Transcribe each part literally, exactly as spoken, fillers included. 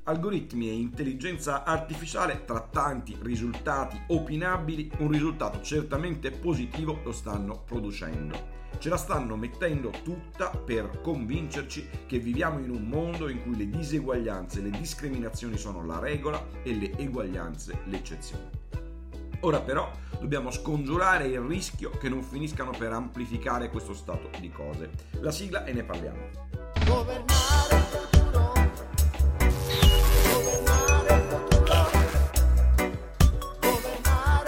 Algoritmi e intelligenza artificiale, tra tanti risultati opinabili, un risultato certamente positivo lo stanno producendo. Ce la stanno mettendo tutta per convincerci che viviamo in un mondo in cui le diseguaglianze e le discriminazioni sono la regola e le eguaglianze l'eccezione. Ora però dobbiamo scongiurare il rischio che non finiscano per amplificare questo stato di cose. La sigla e ne parliamo. Governare il futuro. Governare il futuro. Governare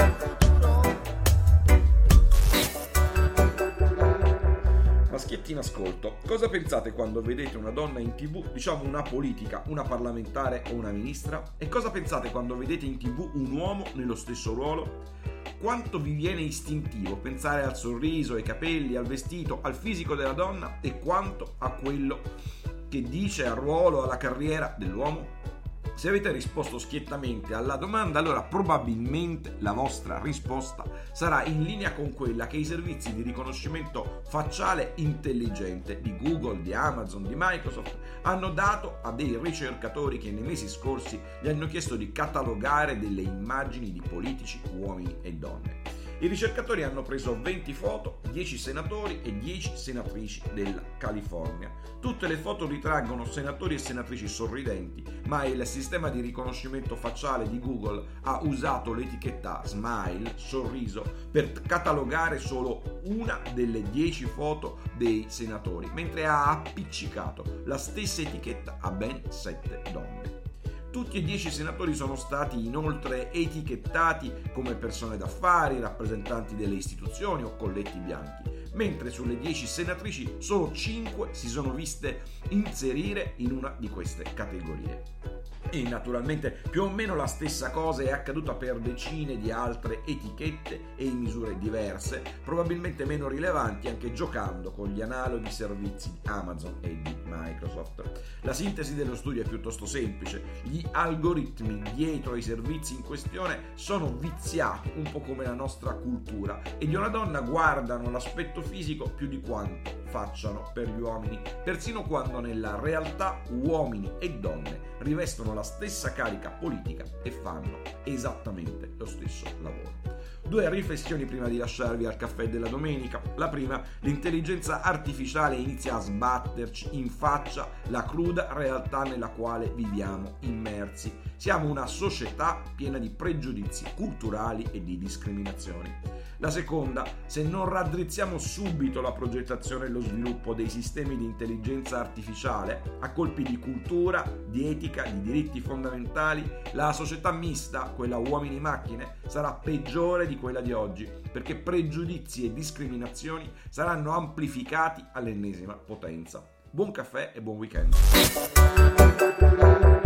il futuro. Maschietti in ascolto, cosa pensate quando vedete una donna in tv, diciamo una politica, una parlamentare o una ministra? E cosa pensate quando vedete in tv un uomo nello stesso ruolo? Quanto vi viene istintivo pensare al sorriso, ai capelli, al vestito, al fisico della donna e quanto a quello che dice al ruolo, alla carriera dell'uomo? Se avete risposto schiettamente alla domanda, allora probabilmente la vostra risposta sarà in linea con quella che i servizi di riconoscimento facciale intelligente di Google, di Amazon, di Microsoft hanno dato a dei ricercatori che nei mesi scorsi gli hanno chiesto di catalogare delle immagini di politici, uomini e donne. I ricercatori hanno preso venti foto, dieci senatori e dieci senatrici della California. Tutte le foto ritraggono senatori e senatrici sorridenti, ma il sistema di riconoscimento facciale di Google ha usato l'etichetta smile, sorriso, per catalogare solo una delle dieci foto dei senatori, mentre ha appiccicato la stessa etichetta a ben sette donne. Tutti e dieci senatori sono stati inoltre etichettati come persone d'affari, rappresentanti delle istituzioni o colletti bianchi, mentre sulle dieci senatrici solo cinque si sono viste inserire in una di queste categorie. E naturalmente più o meno la stessa cosa è accaduta per decine di altre etichette e in misure diverse, probabilmente meno rilevanti, anche giocando con gli analoghi servizi di Amazon e di Microsoft. La sintesi dello studio è piuttosto semplice: gli algoritmi dietro i servizi in questione sono viziati, un po' come la nostra cultura, e di una donna guardano l'aspetto fisico più di quanto facciano per gli uomini, persino quando nella realtà uomini e donne rivestono la stessa carica politica e fanno esattamente lo stesso lavoro. Due riflessioni prima di lasciarvi al caffè della domenica. La prima: l'intelligenza artificiale inizia a sbatterci in faccia la cruda realtà nella quale viviamo immersi. Siamo una società piena di pregiudizi culturali e di discriminazioni. La seconda: se non raddrizziamo subito la progettazione e lo sviluppo dei sistemi di intelligenza artificiale a colpi di cultura, di etica, di diritti fondamentali, la società mista, quella uomini-macchine, sarà peggiore di quella di oggi, perché pregiudizi e discriminazioni saranno amplificati all'ennesima potenza. Buon caffè e buon weekend.